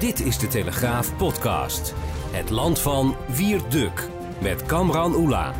Dit is de Telegraaf podcast. Het land van Wierd D'Uk met Kamran Oela.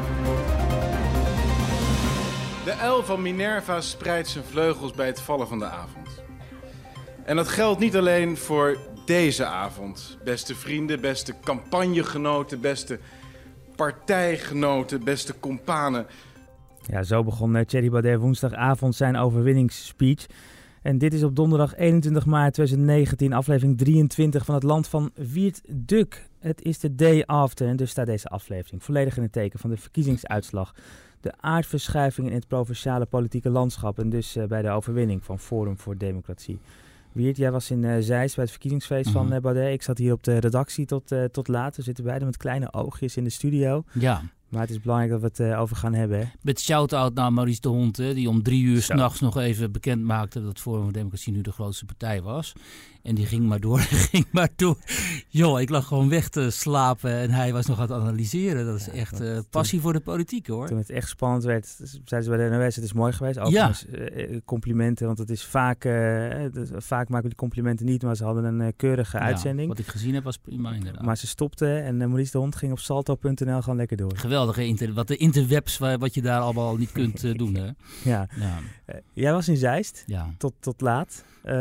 De uil van Minerva spreidt zijn vleugels bij het vallen van de avond. En dat geldt niet alleen voor deze avond. Beste vrienden, beste campagnegenoten, beste partijgenoten, beste companen. Ja, zo begon Thierry Baudet woensdagavond zijn overwinningsspeech. En dit is op donderdag 21 maart 2019, aflevering 23 van het land van Wierd D'Uk. Het is de day after en dus staat deze aflevering volledig in het teken van de verkiezingsuitslag. De aardverschuiving in het provinciale politieke landschap en dus bij de overwinning van Forum voor Democratie. Wierd, jij was in Zeist bij het verkiezingsfeest van Baudet. Ik zat hier op de redactie tot laat. We zitten beiden met kleine oogjes in de studio. Ja. Maar het is belangrijk dat we het over gaan hebben. Hè? Met shout-out naar Maurice de Hond, hè, die om 3 uur 's nachts nog even bekend maakte dat Forum voor Democratie nu de grootste partij was. En die ging maar door, Joh, ik lag gewoon weg te slapen en hij was nog aan het analyseren. Dat is echt passie voor de politiek, hoor. Toen het echt spannend werd, zeiden ze bij de NOS, het is mooi geweest. Overigens, complimenten, want het is vaak maken we die complimenten niet, maar ze hadden een keurige uitzending. Wat ik gezien heb was prima, inderdaad. Maar ze stopten en Maurice de Hond ging op salto.nl gewoon lekker door. Geweldige wat de interwebs, wat je daar allemaal niet kunt doen, hè? Ja. Jij was in Zeist, tot laat.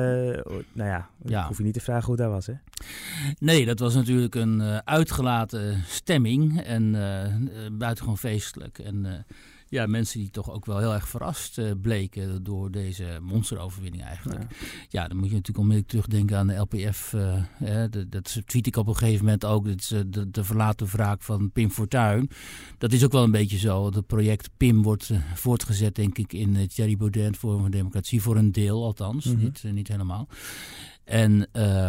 Ik hoef je niet te vragen hoe dat was, hè? Nee, dat was natuurlijk een uitgelaten stemming en buitengewoon feestelijk. En mensen die toch ook wel heel erg verrast bleken door deze monsteroverwinning eigenlijk. Ja, dan moet je natuurlijk onmiddellijk terugdenken aan de LPF. Dat tweet ik op een gegeven moment ook. Dat is de verlaten wraak van Pim Fortuyn. Dat is ook wel een beetje zo. Het project Pim wordt voortgezet, denk ik, in Thierry Baudet Forum voor Democratie. Voor een deel althans, niet helemaal. En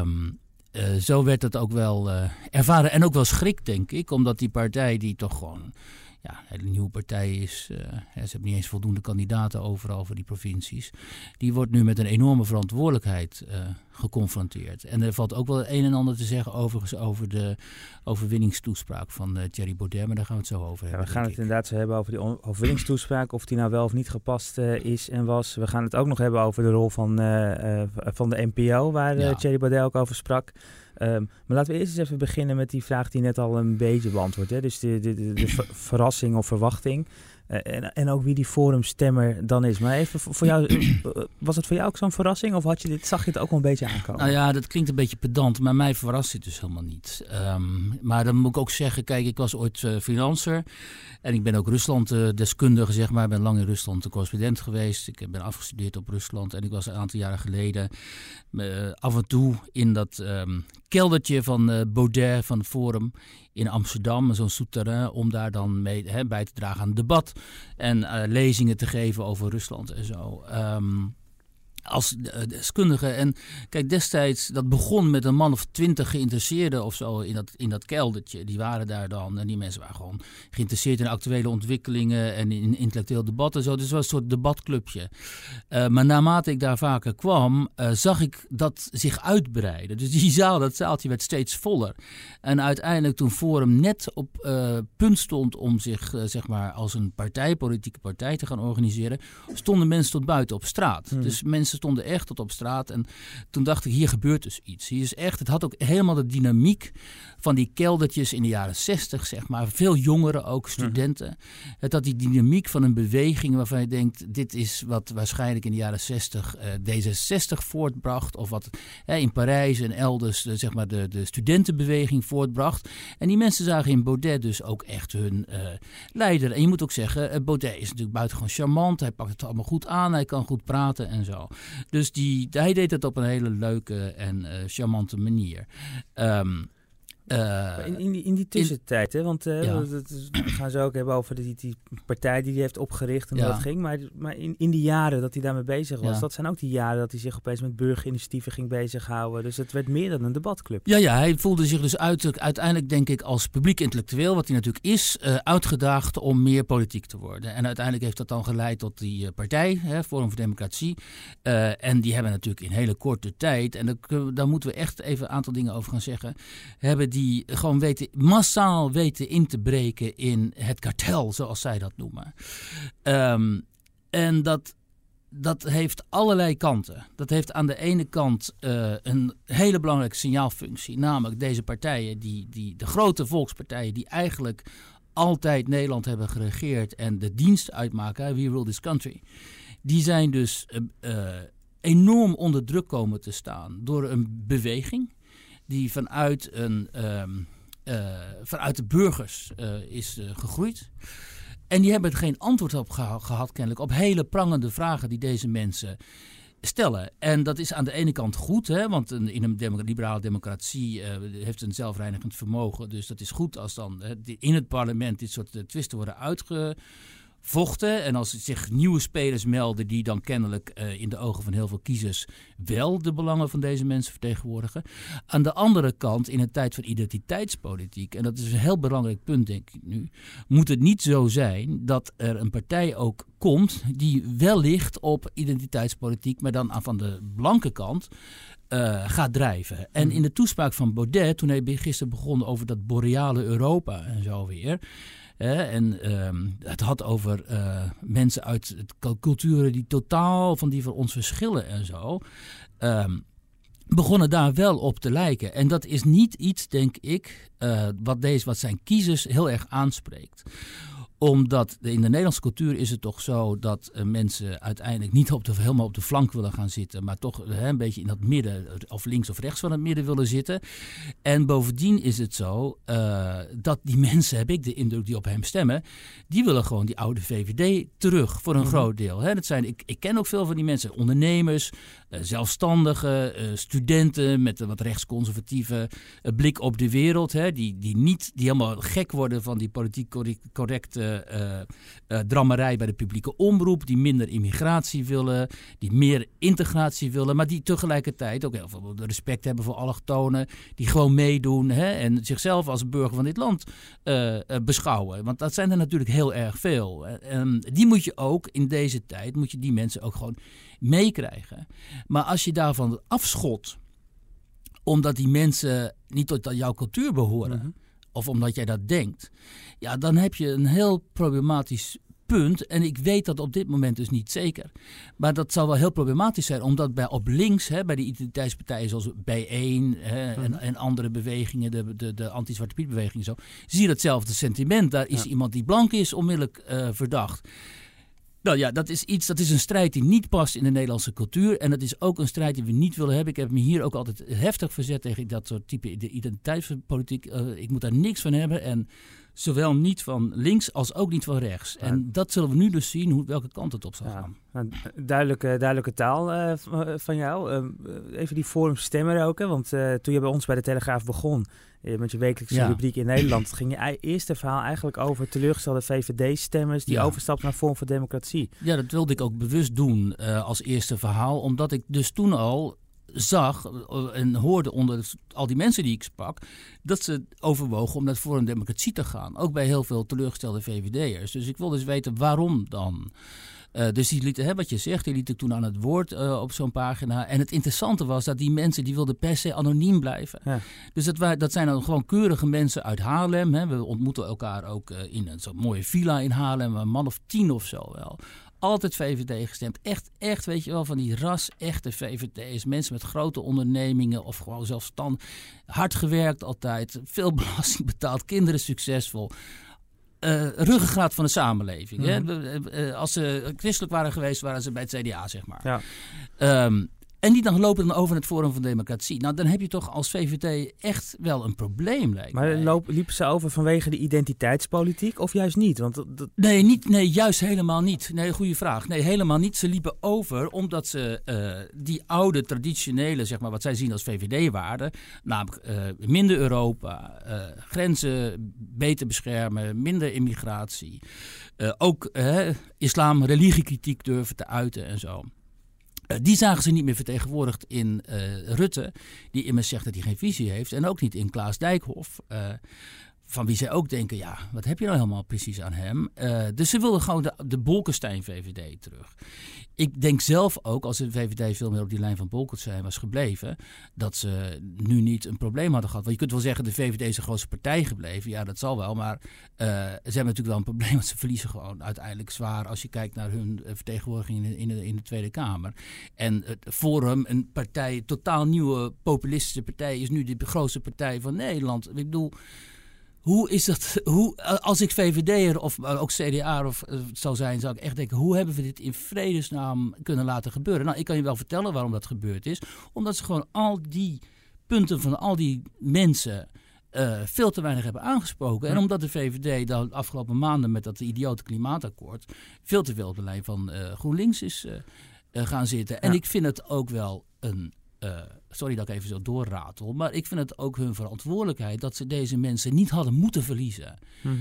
zo werd het ook wel ervaren en ook wel schrik, denk ik. Omdat die partij die toch gewoon een hele nieuwe partij is. Ze hebben niet eens voldoende kandidaten overal voor die provincies. Die wordt nu met een enorme verantwoordelijkheid geconfronteerd. En er valt ook wel het een en ander te zeggen overigens over de overwinningstoespraak van Thierry Baudet. Maar daar gaan we het zo over hebben. We gaan het inderdaad zo hebben over die overwinningstoespraak. Of die nou wel of niet gepast is en was. We gaan het ook nog hebben over de rol van de NPO, waar Thierry Baudet ook over sprak. Maar laten we eerst eens even beginnen met die vraag die net al een beetje beantwoord. Hè? Dus de verrassing of verwachting. En ook wie die forumstemmer dan is. Maar even voor jou, was het voor jou ook zo'n verrassing? Of zag je het ook wel een beetje aankomen? Nou ja, dat klinkt een beetje pedant, maar mij verrast het dus helemaal niet. Maar dan moet ik ook zeggen, kijk, ik was ooit freelancer. En ik ben ook Rusland-deskundige, zeg maar. Ik ben lang in Rusland de correspondent geweest. Ik ben afgestudeerd op Rusland. En ik was een aantal jaren geleden af en toe in dat keldertje van Baudet, van het Forum in Amsterdam, zo'n souterrain, om daar dan mee bij te dragen aan het debat en lezingen te geven over Rusland en zo. Als deskundige. En kijk, destijds, dat begon met een man of 20 geïnteresseerden of zo in dat keldertje. Die waren daar dan. En die mensen waren gewoon geïnteresseerd in actuele ontwikkelingen en in intellectueel debat en zo. Dus het was een soort debatclubje. Maar naarmate ik daar vaker kwam, zag ik dat zich uitbreiden. Dus dat zaaltje werd steeds voller. En uiteindelijk toen Forum net op punt stond om zich, zeg maar, als een politieke partij te gaan organiseren, stonden mensen tot buiten op straat. Dus mensen stonden echt tot op straat. En toen dacht ik, hier gebeurt dus iets. Hier is echt, het had ook helemaal de dynamiek van die keldertjes in de jaren 60, zeg maar. Veel jongeren, ook studenten. Het had die dynamiek van een beweging waarvan je denkt, dit is wat waarschijnlijk in de jaren 60 D66 voortbracht. Of wat in Parijs en elders, zeg maar, de studentenbeweging voortbracht. En die mensen zagen in Baudet dus ook echt hun leider. En je moet ook zeggen, Baudet is natuurlijk buitengewoon charmant. Hij pakt het allemaal goed aan. Hij kan goed praten en zo. Dus hij deed het op een hele leuke en charmante manier. In die tussentijd, hè? Want we gaan zo ook hebben over die partij die hij heeft opgericht en hoe dat ging. Maar in die jaren dat hij daarmee bezig was, dat zijn ook die jaren dat hij zich opeens met burgerinitiatieven ging bezighouden. Dus het werd meer dan een debatclub. Ja, hij voelde zich dus uiteindelijk, denk ik, als publiek intellectueel, wat hij natuurlijk is, uitgedaagd om meer politiek te worden. En uiteindelijk heeft dat dan geleid tot die partij, Forum voor Democratie. En die hebben natuurlijk in hele korte tijd, en daar moeten we echt even een aantal dingen over gaan zeggen, hebben die gewoon massaal weten in te breken in het kartel, zoals zij dat noemen. En dat heeft allerlei kanten. Dat heeft aan de ene kant een hele belangrijke signaalfunctie. Namelijk deze partijen, de grote volkspartijen die eigenlijk altijd Nederland hebben geregeerd en de dienst uitmaken, we rule this country. Die zijn dus enorm onder druk komen te staan door een beweging die vanuit de burgers is gegroeid. En die hebben er geen antwoord op gehad kennelijk op hele prangende vragen die deze mensen stellen. En dat is aan de ene kant goed, hè, want in een liberale democratie heeft een zelfreinigend vermogen. Dus dat is goed als dan in het parlement dit soort twisten worden uitgevochten. En als zich nieuwe spelers melden die dan kennelijk in de ogen van heel veel kiezers wel de belangen van deze mensen vertegenwoordigen. Aan de andere kant, in een tijd van identiteitspolitiek, en dat is een heel belangrijk punt denk ik nu, moet het niet zo zijn dat er een partij ook komt die wellicht op identiteitspolitiek, maar dan van de blanke kant, gaat drijven. En in de toespraak van Baudet, toen hij gisteren begon over dat boreale Europa en zo weer, en het had over mensen uit culturen die totaal van ons verschillen en zo, begonnen daar wel op te lijken. En dat is niet iets, denk ik, wat zijn kiezers heel erg aanspreekt. Omdat in de Nederlandse cultuur is het toch zo dat mensen uiteindelijk niet helemaal op de flank willen gaan zitten, maar toch een beetje in dat midden, of links of rechts van het midden willen zitten. En bovendien is het zo dat die mensen, heb ik de indruk, die op hem stemmen, die willen gewoon die oude VVD terug voor een groot deel. Dat zijn, ik ken ook veel van die mensen, ondernemers, zelfstandigen, studenten met een wat rechtsconservatieve blik op de wereld, die helemaal gek worden van die politiek correcte drammerij bij de publieke omroep, die minder immigratie willen, die meer integratie willen, maar die tegelijkertijd ook heel veel respect hebben voor allochtonen, die gewoon meedoen en zichzelf als burger van dit land beschouwen. Want dat zijn er natuurlijk heel erg veel. Die moet je ook in deze tijd, moet je die mensen ook gewoon meekrijgen. Maar als je daarvan afschot, omdat die mensen niet tot jouw cultuur behoren, of omdat jij dat denkt, ja, dan heb je een heel problematisch punt. En ik weet dat op dit moment dus niet zeker. Maar dat zal wel heel problematisch zijn, omdat op links, bij de identiteitspartijen zoals Bijeen en andere bewegingen, de anti-Zwarte Piet beweging zo, zie je datzelfde sentiment. Daar is iemand die blank is onmiddellijk verdacht. Nou ja, dat is een strijd die niet past in de Nederlandse cultuur. En dat is ook een strijd die we niet willen hebben. Ik heb me hier ook altijd heftig verzet tegen dat soort type identiteitspolitiek. Ik moet daar niks van hebben. En zowel niet van links als ook niet van rechts. Ja. En dat zullen we nu dus zien, welke kant het op zal gaan. Nou, duidelijke taal van jou. Even die Forum Stemmer ook. Want toen je bij ons bij de Telegraaf begon, met je wekelijkse rubriek in Nederland, ging je eerste verhaal eigenlijk over teleurgestelde VVD-stemmers die overstapten naar Forum voor Democratie. Ja, dat wilde ik ook bewust doen als eerste verhaal, omdat ik dus toen al zag en hoorde onder al die mensen die ik sprak, dat ze overwogen om naar Forum Democratie te gaan. Ook bij heel veel teleurgestelde VVD'ers. Dus ik wilde dus weten waarom dan. Dus die lieten, wat je zegt, die liet ik toen aan het woord op zo'n pagina. En het interessante was dat die mensen, die wilden per se anoniem blijven. Ja. Dus dat zijn dan gewoon keurige mensen uit Haarlem. We ontmoeten elkaar ook in zo'n mooie villa in Haarlem, een man of 10 of zo wel. Altijd VVD gestemd. Echt, weet je wel, van die echte VVD'ers. Mensen met grote ondernemingen of gewoon zelfstandig. Hard gewerkt altijd. Veel belasting betaald. Kinderen succesvol. Ruggengraat van de samenleving. Hè? Als ze christelijk waren geweest, waren ze bij het CDA, zeg maar. Ja. En die dan lopen dan over naar het Forum van Democratie. Nou, dan heb je toch als VVD echt wel een probleem, lijkt mij. Maar liepen ze over vanwege de identiteitspolitiek of juist niet? Want Nee, juist helemaal niet. Nee, goede vraag. Nee, helemaal niet. Ze liepen over omdat ze die oude, traditionele, zeg maar, wat zij zien als VVD-waarden, namelijk minder Europa, grenzen beter beschermen, minder immigratie, ook islam, religiekritiek durven te uiten en zo. Die zagen ze niet meer vertegenwoordigd in Rutte, die immers zegt dat hij geen visie heeft. En ook niet in Klaas Dijkhoff. van wie zij ook denken, ja, wat heb je nou helemaal precies aan hem? Dus ze wilden gewoon de Bolkestein-VVD terug. Ik denk zelf ook, als de VVD veel meer op die lijn van Bolkestein was gebleven, dat ze nu niet een probleem hadden gehad. Want je kunt wel zeggen, de VVD is de grootste partij gebleven. Ja, dat zal wel, maar ze hebben natuurlijk wel een probleem, want ze verliezen gewoon uiteindelijk zwaar als je kijkt naar hun vertegenwoordiging in de Tweede Kamer. En het Forum, een partij, totaal nieuwe populistische partij, is nu de grootste partij van Nederland. Ik bedoel, hoe is dat? Als ik VVD'er of ook CDA zou zijn, zou ik echt denken, hoe hebben we dit in vredesnaam kunnen laten gebeuren? Nou, ik kan je wel vertellen waarom dat gebeurd is. Omdat ze gewoon al die punten van al die mensen veel te weinig hebben aangesproken. En omdat de VVD de afgelopen maanden met dat idiote klimaatakkoord veel te veel op de lijn van GroenLinks is gaan zitten. En ik vind het ook wel een... sorry dat ik even zo doorratel, maar ik vind het ook hun verantwoordelijkheid dat ze deze mensen niet hadden moeten verliezen.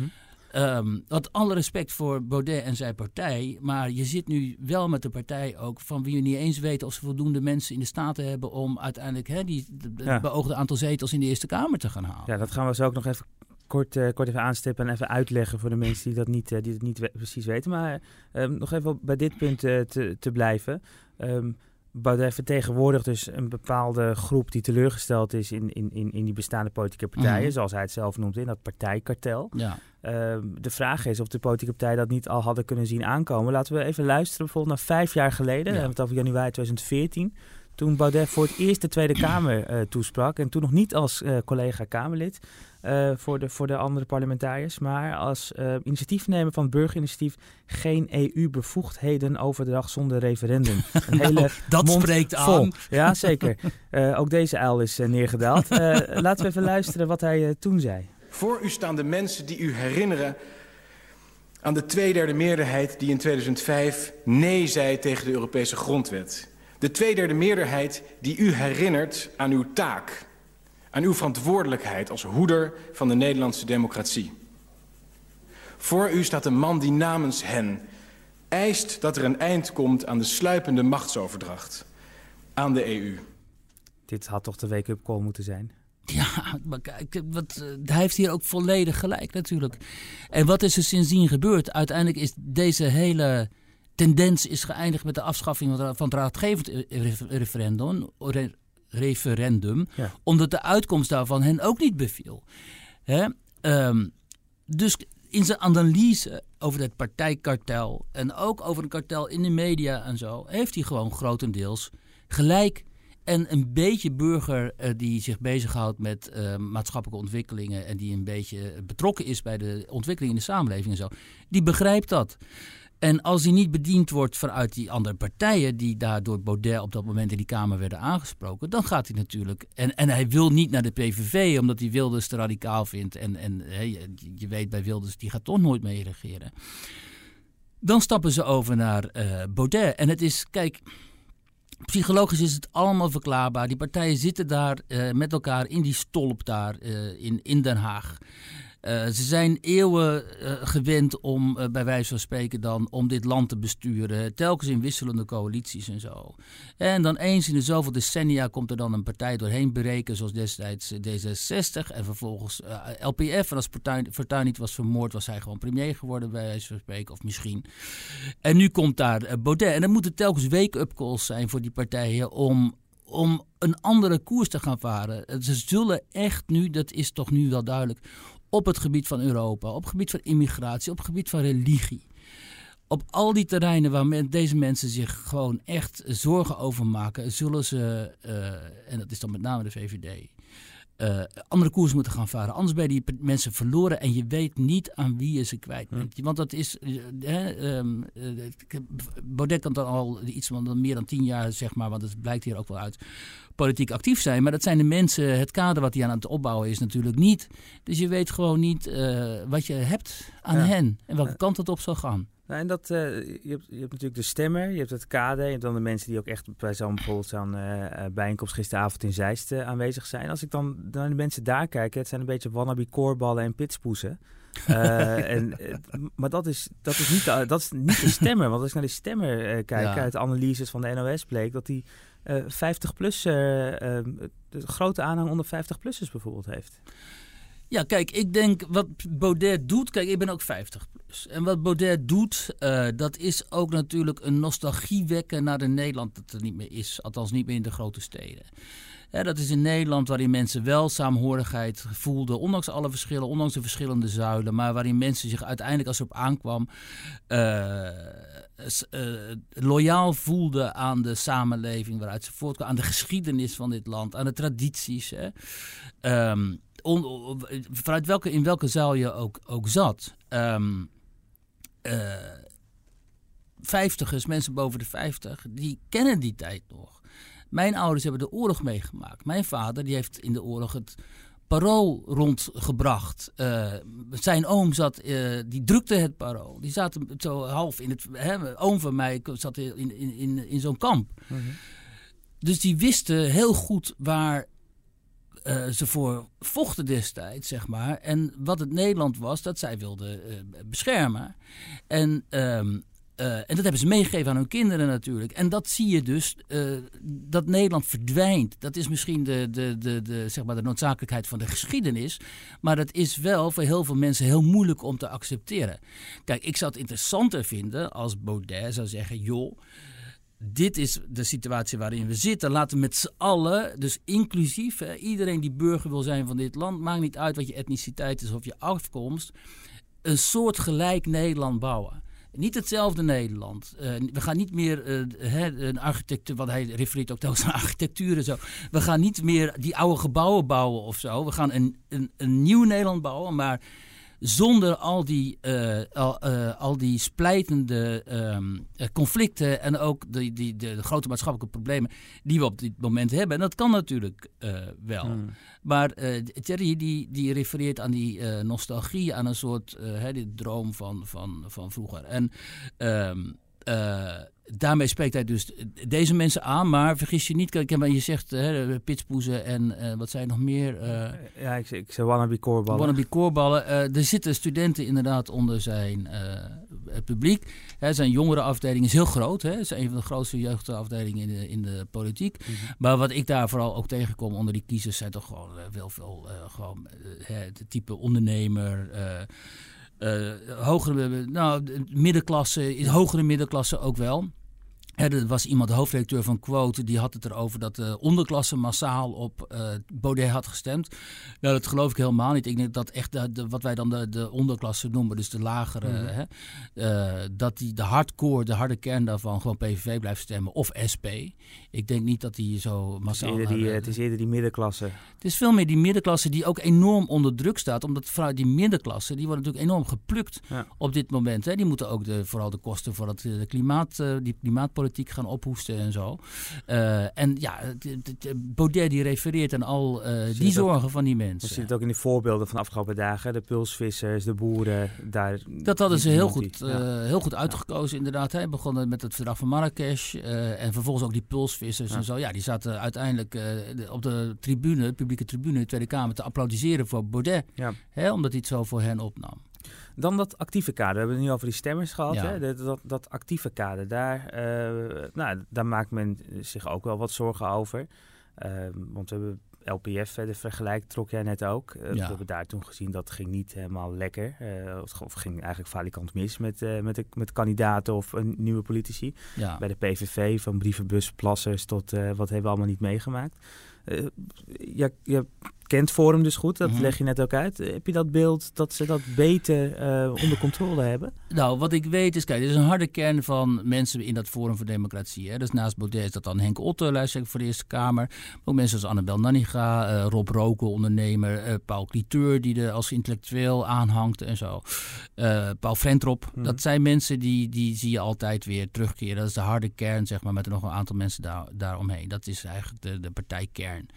Wat alle respect voor Baudet en zijn partij, maar je zit nu wel met de partij ook van wie je niet eens weet of ze voldoende mensen in de Staten hebben om uiteindelijk het beoogde aantal zetels in de Eerste Kamer te gaan halen. Ja, dat gaan we zo ook nog even kort even aanstippen en even uitleggen voor de mensen die het niet precies weten. Maar nog even bij dit punt te blijven. Baudet vertegenwoordigt dus een bepaalde groep die teleurgesteld is in die bestaande politieke partijen, zoals hij het zelf noemt, in dat partijkartel. Ja. De vraag is of de politieke partijen dat niet al hadden kunnen zien aankomen. Laten we even luisteren bijvoorbeeld naar 5 jaar geleden, we hebben het over januari 2014, toen Baudet voor het eerst de Tweede Kamer toesprak en toen nog niet als collega-Kamerlid voor de andere parlementariërs, maar als initiatiefnemer van het burgerinitiatief Geen EU-bevoegdheden overdracht zonder referendum. Een hele dat spreekt vol aan. Ja, zeker. Ook deze uil is neergedaald. Laten we even luisteren wat hij toen zei. Voor u staan de mensen die u herinneren aan de 2/3 meerderheid die in 2005 nee zei tegen de Europese grondwet. De 2/3 meerderheid die u herinnert aan uw taak, aan uw verantwoordelijkheid als hoeder van de Nederlandse democratie. Voor u staat een man die namens hen eist dat er een eind komt aan de sluipende machtsoverdracht aan de EU. Dit had toch de wake-up call moeten zijn? Ja, maar kijk, hij heeft hier ook volledig gelijk natuurlijk. En wat is er sindsdien gebeurd? Uiteindelijk is deze hele tendens is geëindigd met de afschaffing van het raadgevend referendum, omdat de uitkomst daarvan hen ook niet beviel. Dus in zijn analyse over het partijkartel en ook over een kartel in de media en zo, heeft hij gewoon grotendeels gelijk. En een beetje burger die zich bezighoudt met maatschappelijke ontwikkelingen en die een beetje betrokken is bij de ontwikkeling in de samenleving en zo, die begrijpt dat. En als hij niet bediend wordt vanuit die andere partijen die daar door Baudet op dat moment in die Kamer werden aangesproken, dan gaat hij natuurlijk... En hij wil niet naar de PVV, omdat hij Wilders te radicaal vindt. En je weet bij Wilders, die gaat toch nooit mee regeren. Dan stappen ze over naar Baudet. En het is, kijk, psychologisch is het allemaal verklaarbaar. Die partijen zitten daar met elkaar in die stolp daar in Den Haag. Ze zijn eeuwen gewend om, bij wijze van spreken dan, om dit land te besturen. Telkens in wisselende coalities en zo. En dan eens in de zoveel decennia komt er dan een partij doorheen breken, zoals destijds D66. En vervolgens LPF. En als Fortuyn niet was vermoord, was hij gewoon premier geworden, bij wijze van spreken. Of misschien. En nu komt daar Baudet. En dan moeten telkens wake-up calls zijn voor die partijen om een andere koers te gaan varen. Ze zullen echt nu, dat is toch nu wel duidelijk, op het gebied van Europa, op het gebied van immigratie, op het gebied van religie. Op al die terreinen waar deze mensen zich gewoon echt zorgen over maken, zullen ze, en dat is dan met name de VVD, andere koers moeten gaan varen. Anders ben je die mensen verloren en je weet niet aan wie je ze kwijt bent. Want dat is... Baudet kan dan al iets van meer dan 10 jaar, zeg maar, want het blijkt hier ook wel uit, politiek actief zijn. Maar dat zijn de mensen, het kader wat hij aan het opbouwen is natuurlijk niet. Dus je weet gewoon niet wat je hebt aan hen en welke kant het op zal gaan. Nou, en dat, je hebt natuurlijk de stemmer, je hebt het kader, je hebt dan de mensen die ook echt bij bijvoorbeeld zo'n bijeenkomst gisteravond in Zeist aanwezig zijn. Als ik dan naar de mensen daar kijk, het zijn een beetje wannabe koorballen en pitspoesen. Maar dat is niet de stemmer, want als ik naar de stemmer kijk, uit analyses van de NOS bleek dat die 50-plus, de grote aanhang onder 50-plussers bijvoorbeeld heeft. Ja, kijk, ik denk wat Baudet doet... Kijk, ik ben ook 50 plus. En wat Baudet doet, dat is ook natuurlijk een nostalgie wekken naar een Nederland dat er niet meer is. Althans niet meer in de grote steden. Ja, dat is een Nederland waarin mensen wel saamhorigheid voelden, ondanks alle verschillen, ondanks de verschillende zuilen, maar waarin mensen zich uiteindelijk, als het op aankwam, loyaal voelden aan de samenleving waaruit ze voortkwamen, aan de geschiedenis van dit land, aan de tradities. Hè. In welke zuil je ook zat. 50ers, mensen boven de 50, die kennen die tijd nog. Mijn ouders hebben de oorlog meegemaakt. Mijn vader die heeft in de oorlog het Parool rondgebracht. Zijn oom die drukte het Parool. Die zaten zo half in het... oom van mij zat in zo'n kamp. Mm-hmm. Dus die wisten heel goed waar ze voor vochten destijds, zeg maar. En wat het Nederland was, dat zij wilden beschermen. En dat hebben ze meegegeven aan hun kinderen natuurlijk. En dat zie je dus, dat Nederland verdwijnt. Dat is misschien zeg maar de noodzakelijkheid van de geschiedenis. Maar dat is wel voor heel veel mensen heel moeilijk om te accepteren. Kijk, ik zou het interessanter vinden als Baudet zou zeggen, joh, dit is de situatie waarin we zitten. Laten we met z'n allen, dus inclusief, iedereen die burger wil zijn van dit land, maakt niet uit wat je etniciteit is of je afkomst, een soort gelijk Nederland bouwen. Niet hetzelfde Nederland. We gaan niet meer een architectuur, want hij refereert ook telkens aan architectuur en zo. We gaan niet meer die oude gebouwen bouwen of zo. We gaan een nieuw Nederland bouwen, maar zonder al die splijtende conflicten en ook de grote maatschappelijke problemen die we op dit moment hebben. En dat kan natuurlijk wel. Maar Thierry die refereert aan die nostalgie, aan een soort die droom van vroeger. En daarmee spreekt hij dus deze mensen aan, maar vergis je niet, kijk, je zegt pitspoezen en wat zei je nog meer? Ja, ik zei wannabe-koorballen. Wannabe-koorballen. Er zitten studenten inderdaad onder zijn publiek. Zijn jongerenafdeling is heel groot. Het is een van de grootste jeugdafdelingen in de politiek. Mm-hmm. Maar wat ik daar vooral ook tegenkom onder die kiezers zijn toch gewoon wel veel de type ondernemer, hogere middenklasse ook wel. Er was iemand, de hoofdredacteur van Quote, die had het erover dat de onderklasse massaal op Baudet had gestemd. Nou, dat geloof ik helemaal niet. Ik denk dat echt wat wij dan de onderklasse noemen, dus de lagere, dat die de hardcore, de harde kern daarvan gewoon PVV blijft stemmen of SP. Ik denk niet dat die zo massaal... Het is eerder die middenklasse. Het is veel meer die middenklasse die ook enorm onder druk staat, omdat vanuit die middenklasse, die wordt natuurlijk enorm geplukt op dit moment. Hè. Die moeten ook vooral de kosten voor die klimaatpolitiek gaan ophoesten en zo. En ja, Baudet die refereert aan al die zorgen van die mensen. Je ziet het ook in die voorbeelden van de afgelopen dagen. De pulsvissers, de boeren. Dat hadden ze heel goed uitgekozen inderdaad. Hij begon met het verdrag van Marrakesh en vervolgens ook die pulsvissers en zo. Ja, die zaten uiteindelijk op de tribune, publieke tribune, de Tweede Kamer te applaudisseren voor Baudet. Ja. Omdat hij het zo voor hen opnam. Dan dat actieve kader. We hebben het nu over die stemmers gehad. Ja. Hè? Dat actieve kader, daar maakt men zich ook wel wat zorgen over. Want we hebben LPF, de vergelijk trok jij net ook. We hebben daar toen gezien dat ging niet helemaal lekker. Het ging eigenlijk falikant mis met kandidaten of nieuwe politici. Ja. Bij de PVV, van brievenbusplassers tot wat hebben we allemaal niet meegemaakt. Je kent Forum dus goed, dat leg je net ook uit. Heb je dat beeld dat ze dat beter onder controle hebben? Nou, wat ik weet is, kijk, er is een harde kern van mensen in dat Forum voor Democratie. Hè. Dus naast Baudet is dat dan Henk Otte, lijsttrekker voor de Eerste Kamer. Maar ook mensen als Annabel Nanninga, Rob Rokel, ondernemer, Paul Cliteur, die er als intellectueel aanhangt en zo. Paul Ventrop, dat zijn mensen die zie je altijd weer terugkeren. Dat is de harde kern, zeg maar, met er nog een aantal mensen daaromheen. Dat is eigenlijk de partijkern.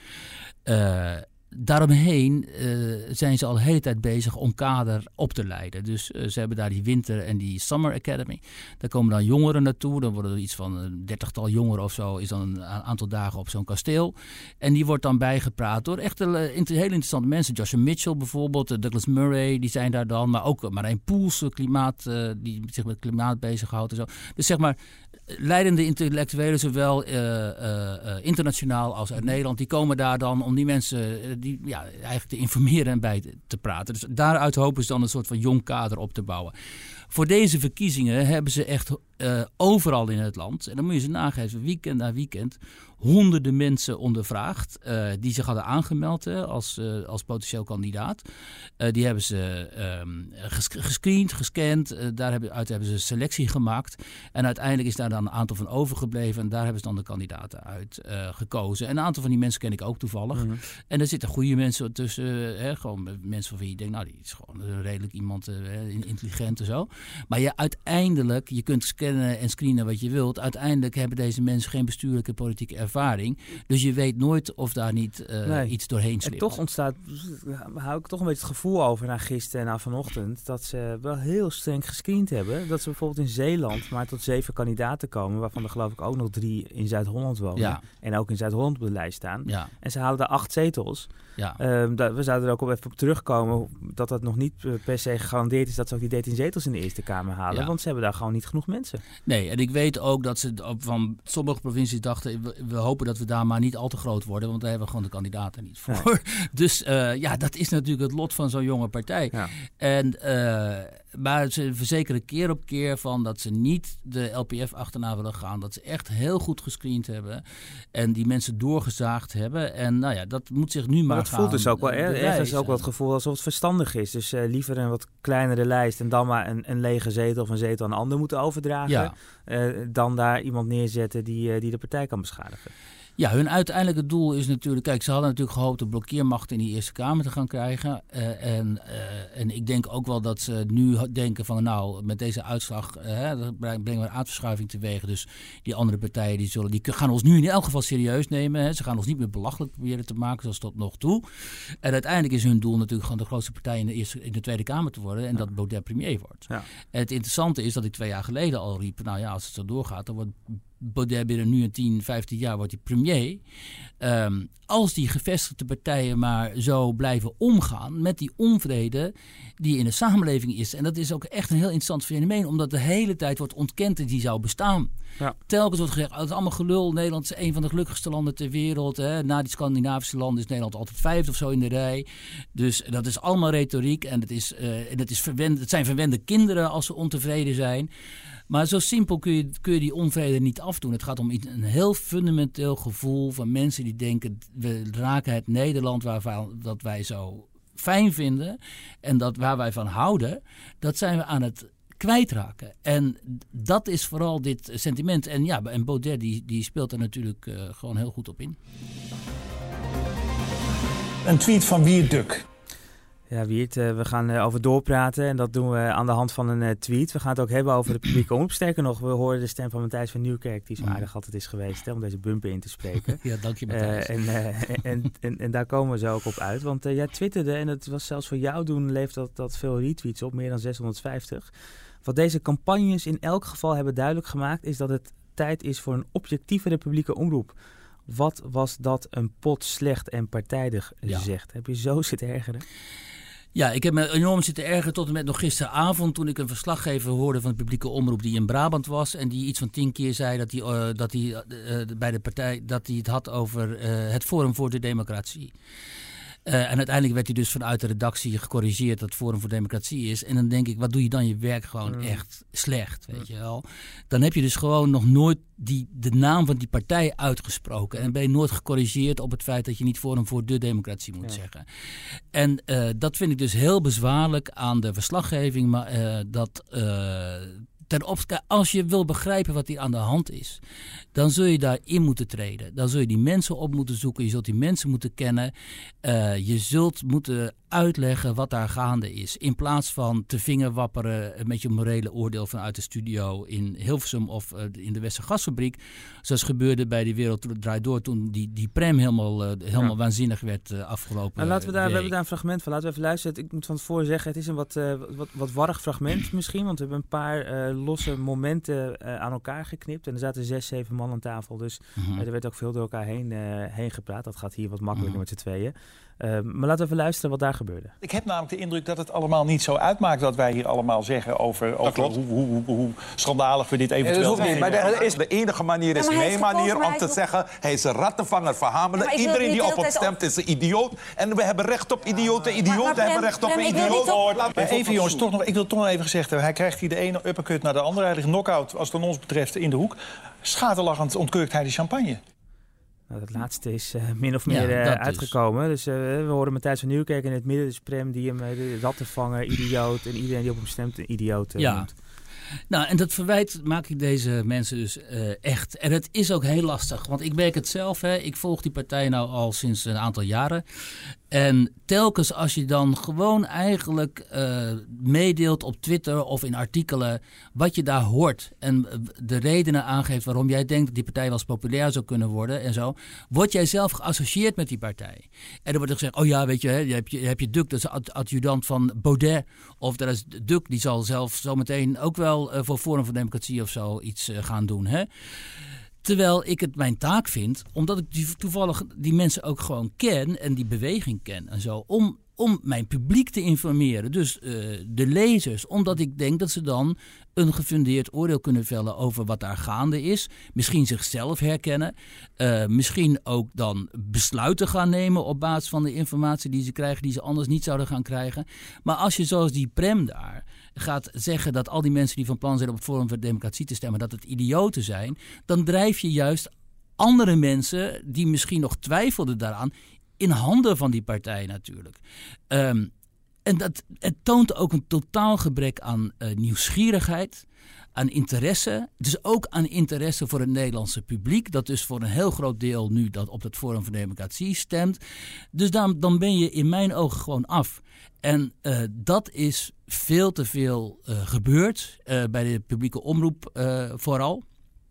Daaromheen zijn ze al de hele tijd bezig om kader op te leiden. Dus ze hebben daar die winter- en die summer academy. Daar komen dan jongeren naartoe. Dan worden er iets van een 30-tal jongeren of zo. Is dan een aantal dagen op zo'n kasteel. En die wordt dan bijgepraat door echt hele interessante mensen. Joshua Mitchell bijvoorbeeld, Douglas Murray, die zijn daar dan. Maar ook Marijn Poels, die zich met klimaat bezighoudt en zo. Dus zeg maar, leidende intellectuelen, zowel internationaal als uit Nederland, die komen daar dan om die mensen eigenlijk te informeren en bij te praten. Dus daaruit hopen ze dan een soort van jong kader op te bouwen. Voor deze verkiezingen hebben ze echt overal in het land, en dan moet je ze nageven, weekend na weekend, honderden mensen ondervraagd die zich hadden aangemeld als potentieel kandidaat. Die hebben ze gescreend, gescand, daaruit hebben ze selectie gemaakt. En uiteindelijk is daar dan een aantal van overgebleven en daar hebben ze dan de kandidaten uit gekozen. En een aantal van die mensen ken ik ook toevallig. Mm-hmm. En er zitten goede mensen tussen, gewoon mensen van wie je denkt, nou, die is gewoon redelijk iemand intelligent en zo. Maar uiteindelijk, je kunt scannen en screenen wat je wilt. Uiteindelijk hebben deze mensen geen bestuurlijke politieke ervaring. Dus je weet nooit of daar niet iets doorheen slipt. En toch hou ik toch een beetje het gevoel over na gisteren en na vanochtend, dat ze wel heel streng gescreend hebben. Dat ze bijvoorbeeld in Zeeland maar tot 7 kandidaten komen, waarvan er geloof ik ook nog 3 in Zuid-Holland wonen. Ja. En ook in Zuid-Holland op de lijst staan. Ja. En ze halen daar 8 zetels. Ja. We zouden er ook even op terugkomen dat dat nog niet per se gegarandeerd is dat ze ook die 13 zetels in de Eerste Kamer halen. Ja. Want ze hebben daar gewoon niet genoeg mensen. Nee, en ik weet ook dat ze van sommige provincies dachten, we hopen dat we daar maar niet al te groot worden, want daar hebben we gewoon de kandidaten niet voor. Ja. Dus dat is natuurlijk het lot van zo'n jonge partij. Ja. Maar ze verzekeren keer op keer van dat ze niet de LPF achterna willen gaan. Dat ze echt heel goed gescreend hebben. En die mensen doorgezaagd hebben. En dat moet zich nu maar gaan. Het voelt dus ook wel ergens ook wel het gevoel alsof het verstandig is. Dus liever een wat kleinere lijst en dan maar een lege zetel of een zetel aan een ander moeten overdragen. Ja. Dan daar iemand neerzetten die de partij kan beschadigen. Ja, hun uiteindelijke doel is natuurlijk, kijk, ze hadden natuurlijk gehoopt de blokkeermacht in die Eerste Kamer te gaan krijgen. En ik denk ook wel dat ze nu denken van met deze uitslag brengen we een aardverschuiving teweeg. Dus die andere partijen die gaan ons nu in elk geval serieus nemen. Hè. Ze gaan ons niet meer belachelijk proberen te maken zoals tot nog toe. En uiteindelijk is hun doel natuurlijk gewoon de grootste partij in de Tweede Kamer te worden en dat Baudet premier wordt. Ja. En het interessante is dat ik 2 jaar geleden al riep, als het zo doorgaat, dan wordt Baudet binnen nu 10, 15 jaar wordt hij premier. Als die gevestigde partijen maar zo blijven omgaan met die onvrede die in de samenleving is. En dat is ook echt een heel interessant fenomeen, omdat de hele tijd wordt ontkend dat die zou bestaan. Ja. Telkens wordt gezegd, het is allemaal gelul. Nederland is een van de gelukkigste landen ter wereld. Hè. Na die Scandinavische landen is Nederland altijd 5e of zo in de rij. Dus dat is allemaal retoriek. En het zijn verwende kinderen als ze ontevreden zijn. Maar zo simpel kun je die onvrede niet afdoen. Het gaat om een heel fundamenteel gevoel van mensen die denken, we raken het Nederland dat wij zo fijn vinden en waar wij van houden, dat zijn we aan het kwijtraken. En dat is vooral dit sentiment. En Baudet die speelt er natuurlijk gewoon heel goed op in. Een tweet van Wiert Duk. Ja, Wiert, we gaan over doorpraten en dat doen we aan de hand van een tweet. We gaan het ook hebben over de publieke omroep. Sterker nog, we horen de stem van Matthijs van Nieuwkerk, die zo aardig altijd is geweest om deze bumper in te spreken. Ja, dank je Matthijs. En daar komen we zo ook op uit. Want jij twitterde, en het was zelfs voor jou doen, levert dat veel retweets op, meer dan 650. Wat deze campagnes in elk geval hebben duidelijk gemaakt, is dat het tijd is voor een objectievere publieke omroep. Wat was dat een pot slecht en partijdig zegt? Heb je zo zitten ergeren? Ja, ik heb me enorm zitten ergeren tot en met nog gisteravond toen ik een verslaggever hoorde van de publieke omroep die in Brabant was en die iets van 10 keer zei dat hij bij de partij dat hij het had over het Forum voor de Democratie. En uiteindelijk werd hij dus vanuit de redactie gecorrigeerd dat het Forum voor Democratie is. En dan denk ik, wat doe je dan je werk gewoon echt slecht, weet je wel. Dan heb je dus gewoon nog nooit de naam van die partij uitgesproken. En ben je nooit gecorrigeerd op het feit dat je niet Forum voor de Democratie moet zeggen. En dat vind ik dus heel bezwaarlijk aan de verslaggeving. Maar als je wil begrijpen wat hier aan de hand is, dan zul je daarin moeten treden. Dan zul je die mensen op moeten zoeken. Je zult die mensen moeten kennen. Je zult moeten uitleggen wat daar gaande is. In plaats van te vingerwapperen met je morele oordeel vanuit de studio in Hilversum of in de Westergasfabriek. Zoals gebeurde bij Die Wereld Draait Door toen die prem helemaal waanzinnig werd afgelopen. We hebben daar een fragment van. Laten we even luisteren. Ik moet van tevoren zeggen, het is een wat warrig fragment misschien. Want we hebben een paar losse momenten aan elkaar geknipt. En er zaten 6, 7 man aan tafel. Dus er werd ook veel door elkaar heen gepraat. Dat gaat hier wat makkelijker met z'n tweeën. Maar laten we even luisteren wat daar gebeurde. Ik heb namelijk de indruk dat het allemaal niet zo uitmaakt wat wij hier allemaal zeggen over hoe schandalig we dit eventueel zijn. Maar de enige manier is mijn manier om te zeggen, hij is een rattenvanger, verhamelen. Iedereen die op hem stemt is een idioot. En we hebben recht op idioten. Idioten hebben recht op een idioot. Even jongens, ik wil toch nog even gezegd hebben. Hij krijgt hier de ene uppercut naar de andere. Hij ligt knock-out, als het ons betreft, in de hoek. Schaterlachend ontkurkt hij de champagne. Nou, dat laatste is min of meer uitgekomen. Dus we horen Matthijs van Nieuwkerk in het midden. Dus Prem die hem de rattenvanger, idioot. En iedereen die op hem stemt een idioot noemt. Nou, en dat verwijt maak ik deze mensen dus echt. En het is ook heel lastig. Want ik merk het zelf. Ik volg die partij nou al sinds een aantal jaren. En telkens als je dan gewoon eigenlijk meedeelt op Twitter of in artikelen wat je daar hoort en de redenen aangeeft waarom jij denkt dat die partij wel eens populair zou kunnen worden en zo, word jij zelf geassocieerd met die partij. En dan wordt er gezegd, oh ja, weet je, je hebt je Duk, dat is adjudant van Baudet. Of dat is Duk, die zal zelf zometeen ook wel voor Forum voor Democratie of zo iets gaan doen, hè. Terwijl ik het mijn taak vind, omdat ik toevallig die mensen ook gewoon ken en die beweging ken en zo, om mijn publiek te informeren. Dus de lezers, omdat ik denk dat ze dan een gefundeerd oordeel kunnen vellen over wat daar gaande is. Misschien zichzelf herkennen. Misschien ook dan besluiten gaan nemen op basis van de informatie die ze krijgen, die ze anders niet zouden gaan krijgen. Maar als je zoals die Prem daar gaat zeggen dat al die mensen die van plan zijn op het Forum voor Democratie te stemmen, dat het idioten zijn, dan drijf je juist andere mensen die misschien nog twijfelden daaraan in handen van die partij natuurlijk. En het toont ook een totaal gebrek aan nieuwsgierigheid, aan interesse. Dus ook aan interesse voor het Nederlandse publiek, dat dus voor een heel groot deel nu dat op het Forum voor Democratie stemt. Dus dan ben je in mijn ogen gewoon af. En dat is veel te veel gebeurd bij de publieke omroep vooral.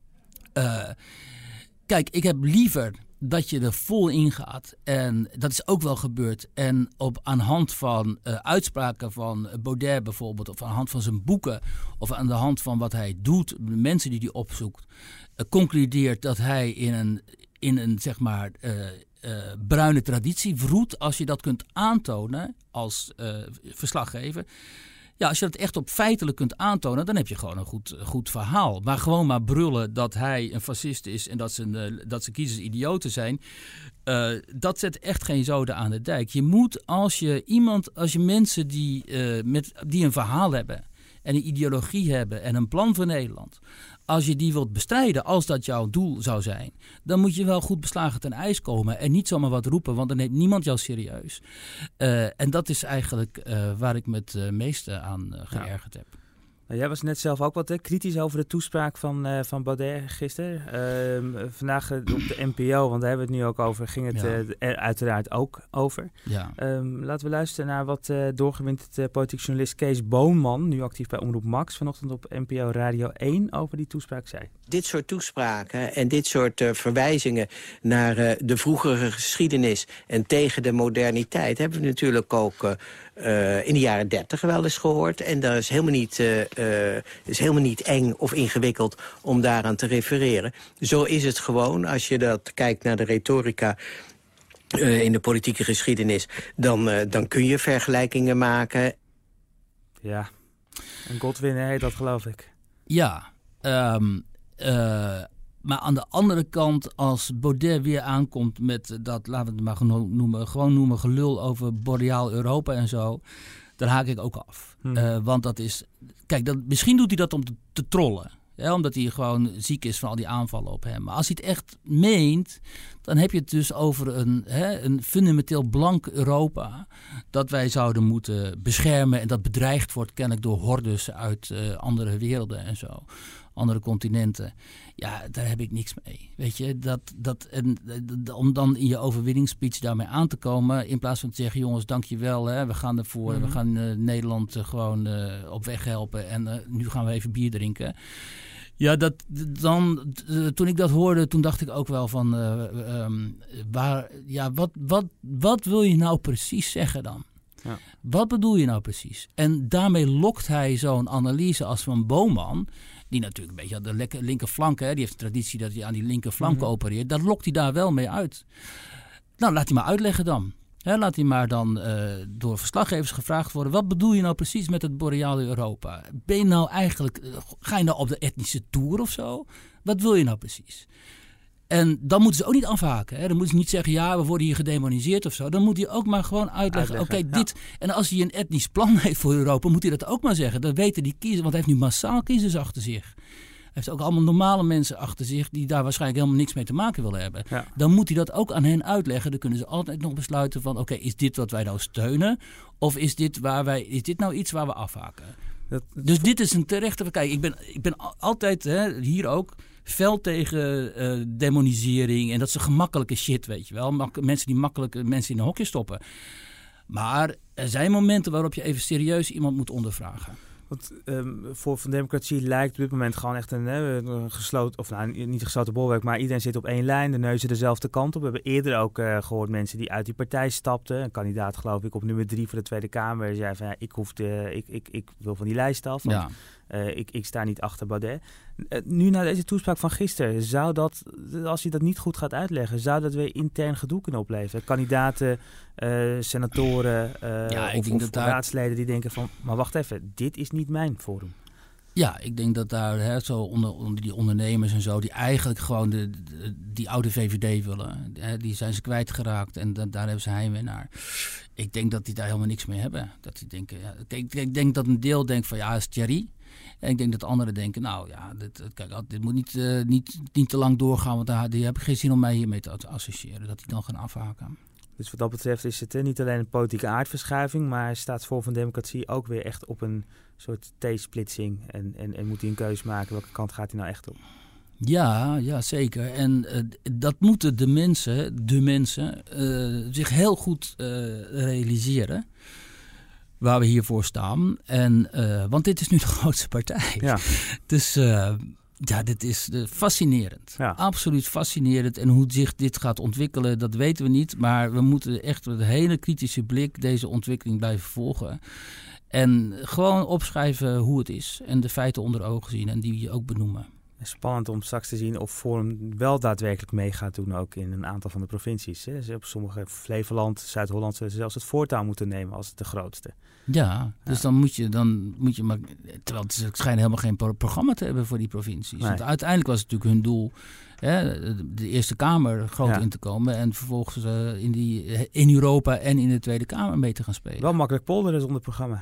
Kijk, ik heb liever dat je er vol in gaat. En dat is ook wel gebeurd. En aan de hand van uitspraken van Baudet bijvoorbeeld, of aan de hand van zijn boeken, of aan de hand van wat hij doet, de mensen die hij opzoekt, concludeert dat hij in een zeg maar bruine traditie vroet. Als je dat kunt aantonen als verslaggever. Ja, als je dat echt op feitelijk kunt aantonen, dan heb je gewoon een goed verhaal. Maar gewoon maar brullen dat hij een fascist is en dat zijn kiezers idioten zijn, dat zet echt geen zoden aan de dijk. Je moet als je mensen die een verhaal hebben en een ideologie hebben en een plan voor Nederland, als je die wilt bestrijden, als dat jouw doel zou zijn, dan moet je wel goed beslagen ten ijs komen en niet zomaar wat roepen, want dan neemt niemand jou serieus. En dat is eigenlijk waar ik me het meeste aan geërgerd heb. Nou, jij was net zelf ook wat kritisch over de toespraak van Baudet gisteren. Vandaag op de NPO, want daar hebben we het nu ook over, ging het er uiteraard ook over. Ja. Laten we luisteren naar wat doorgewinterd politiek journalist Kees Boonman, nu actief bij Omroep Max, vanochtend op NPO Radio 1 over die toespraak zei. Dit soort toespraken en dit soort verwijzingen naar de vroegere geschiedenis en tegen de moderniteit hebben we natuurlijk ook in de jaren 30 wel eens gehoord. En dat is helemaal niet eng of ingewikkeld om daaraan te refereren. Zo is het gewoon. Als je dat kijkt naar de retorica in de politieke geschiedenis, dan kun je vergelijkingen maken. Ja, en Godwin heet dat, geloof ik. Ja, maar aan de andere kant, als Baudet weer aankomt met dat, laten we het maar gewoon noemen gelul over boreaal Europa en zo, dan haak ik ook af. Want dat is, kijk, misschien doet hij dat om te trollen. Ja, omdat hij gewoon ziek is van al die aanvallen op hem. Maar als hij het echt meent, dan heb je het dus over een fundamenteel blank Europa dat wij zouden moeten beschermen en dat bedreigd wordt kennelijk door hordes uit andere werelden en zo. Andere continenten. Ja, daar heb ik niks mee. Weet je, om dan in je overwinningsspeech daarmee aan te komen, in plaats van te zeggen, jongens, dankjewel, we gaan ervoor, we gaan Nederland gewoon op weg helpen en nu gaan we even bier drinken. Ja, toen ik dat hoorde, toen dacht ik ook wel van, wat wil je nou precies zeggen dan? Ja. Wat bedoel je nou precies? En daarmee lokt hij zo'n analyse als van Boonman, die natuurlijk een beetje aan de linkerflank, die heeft de traditie dat hij aan die linkerflank opereert, daar lokt hij daar wel mee uit. Nou, laat hij maar uitleggen dan. Laat hij maar dan door verslaggevers gevraagd worden. Wat bedoel je nou precies met het boreale Europa? Ben je nou eigenlijk, ga je nou op de etnische tour of zo? Wat wil je nou precies? En dan moeten ze ook niet afhaken. Hè? Dan moeten ze niet zeggen, ja, we worden hier gedemoniseerd of zo. Dan moet hij ook maar gewoon uitleggen. Oké, dit. En als hij een etnisch plan heeft voor Europa, moet hij dat ook maar zeggen. Dan weten die kiezers, want hij heeft nu massaal kiezers achter zich. Hij heeft ook allemaal normale mensen achter zich die daar waarschijnlijk helemaal niks mee te maken willen hebben. Ja. Dan moet hij dat ook aan hen uitleggen. Dan kunnen ze altijd nog besluiten van, oké, is dit wat wij nou steunen? Of is dit nou iets waar we afhaken? Dus dit is een terechte... Kijk, ik ben altijd hier ook fel tegen demonisering en dat is gemakkelijke shit, weet je wel. Mensen die makkelijk mensen in een hokje stoppen. Maar er zijn momenten waarop je even serieus iemand moet ondervragen. Want voor Van Democratie lijkt op dit moment gewoon echt een gesloten, of nou niet een gesloten bolwerk, maar iedereen zit op één lijn, de neuzen dezelfde kant op. We hebben eerder ook gehoord mensen die uit die partij stapten. Een kandidaat, geloof ik, op nummer 3 voor de Tweede Kamer zei van ik wil van die lijst af. Want, ik sta niet achter Baudet. Nu na deze toespraak van gisteren, zou dat, als hij dat niet goed gaat uitleggen, zou dat weer intern gedoe kunnen opleveren? Kandidaten, senatoren of raadsleden die denken van, maar wacht even, dit is niet mijn forum. Ja, ik denk dat daar zo onder die ondernemers en zo, die eigenlijk gewoon die oude VVD willen, die zijn ze kwijtgeraakt en daar hebben ze heimwee naar. Ik denk dat die daar helemaal niks mee hebben. Dat die denken, ik denk dat een deel denkt van, ja, is Thierry. En ik denk dat anderen denken, nou ja, dit moet niet te lang doorgaan, want die heb ik geen zin om mij hiermee te associëren. Dat die dan gaan afhaken. Dus wat dat betreft is het niet alleen een politieke aardverschuiving, maar staat voor Van Democratie ook weer echt op een soort T-splitsing. En moet hij een keuze maken, welke kant gaat hij nou echt op? Ja, zeker. En dat moeten de mensen zich heel goed realiseren. Waar we hiervoor staan. Want dit is nu de grootste partij. Ja. Dus dit is fascinerend. Ja. Absoluut fascinerend. En hoe zich dit gaat ontwikkelen, dat weten we niet. Maar we moeten echt met een hele kritische blik deze ontwikkeling blijven volgen. En gewoon opschrijven hoe het is. En de feiten onder ogen zien en die ook benoemen. Spannend om straks te zien of Forum wel daadwerkelijk mee gaat doen, ook in een aantal van de provincies. Hè. Op sommige Flevoland, Zuid-Holland zullen ze zelfs het voortouw moeten nemen als de grootste. Ja, dus dan moet je maar... Terwijl het schijnt helemaal geen programma te hebben voor die provincies. Nee. Want uiteindelijk was het natuurlijk hun doel de Eerste Kamer groot in te komen en vervolgens in Europa en in de Tweede Kamer mee te gaan spelen. Wel makkelijk polderen zonder programma.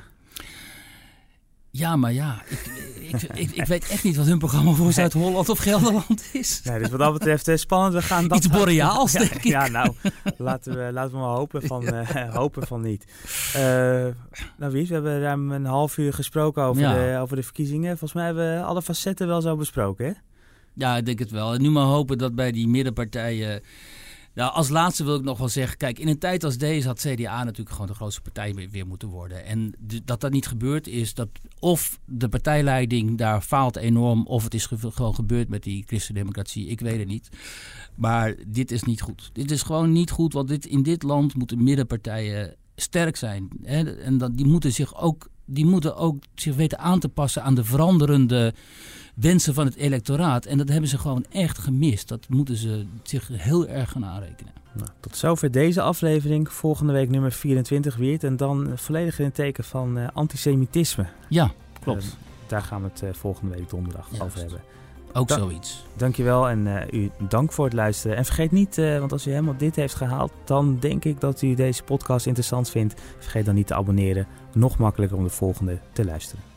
Ja, maar ja, ik weet echt niet wat hun programma voor Zuid-Holland of Gelderland is. Nee, dus wat dat betreft spannend. We gaan iets boreaals, denk ik. Ja, nou, laten we maar hopen van niet. Nou, Wies, we hebben ruim een half uur gesproken over de verkiezingen. Volgens mij hebben we alle facetten wel zo besproken, hè? Ja, ik denk het wel. En nu maar hopen dat bij die middenpartijen... Nou, als laatste wil ik nog wel zeggen, kijk, in een tijd als deze had CDA natuurlijk gewoon de grootste partij weer moeten worden. En dat niet gebeurd is, dat of de partijleiding daar faalt enorm, of het is gewoon gebeurd met die christendemocratie, ik weet het niet. Maar dit is niet goed. Dit is gewoon niet goed, want in dit land moeten middenpartijen sterk zijn. Hè? En die moeten ook zich weten aan te passen aan de veranderende wensen van het electoraat. En dat hebben ze gewoon echt gemist. Dat moeten ze zich heel erg gaan aanrekenen. Nou, tot zover deze aflevering. Volgende week nummer 24 weer. En dan volledig in het teken van antisemitisme. Ja, klopt. Daar gaan we het volgende week donderdag over hebben. Ook zoiets. Dankjewel en u dank voor het luisteren. En vergeet niet, want als u helemaal dit heeft gehaald, dan denk ik dat u deze podcast interessant vindt. Vergeet dan niet te abonneren. Nog makkelijker om de volgende te luisteren.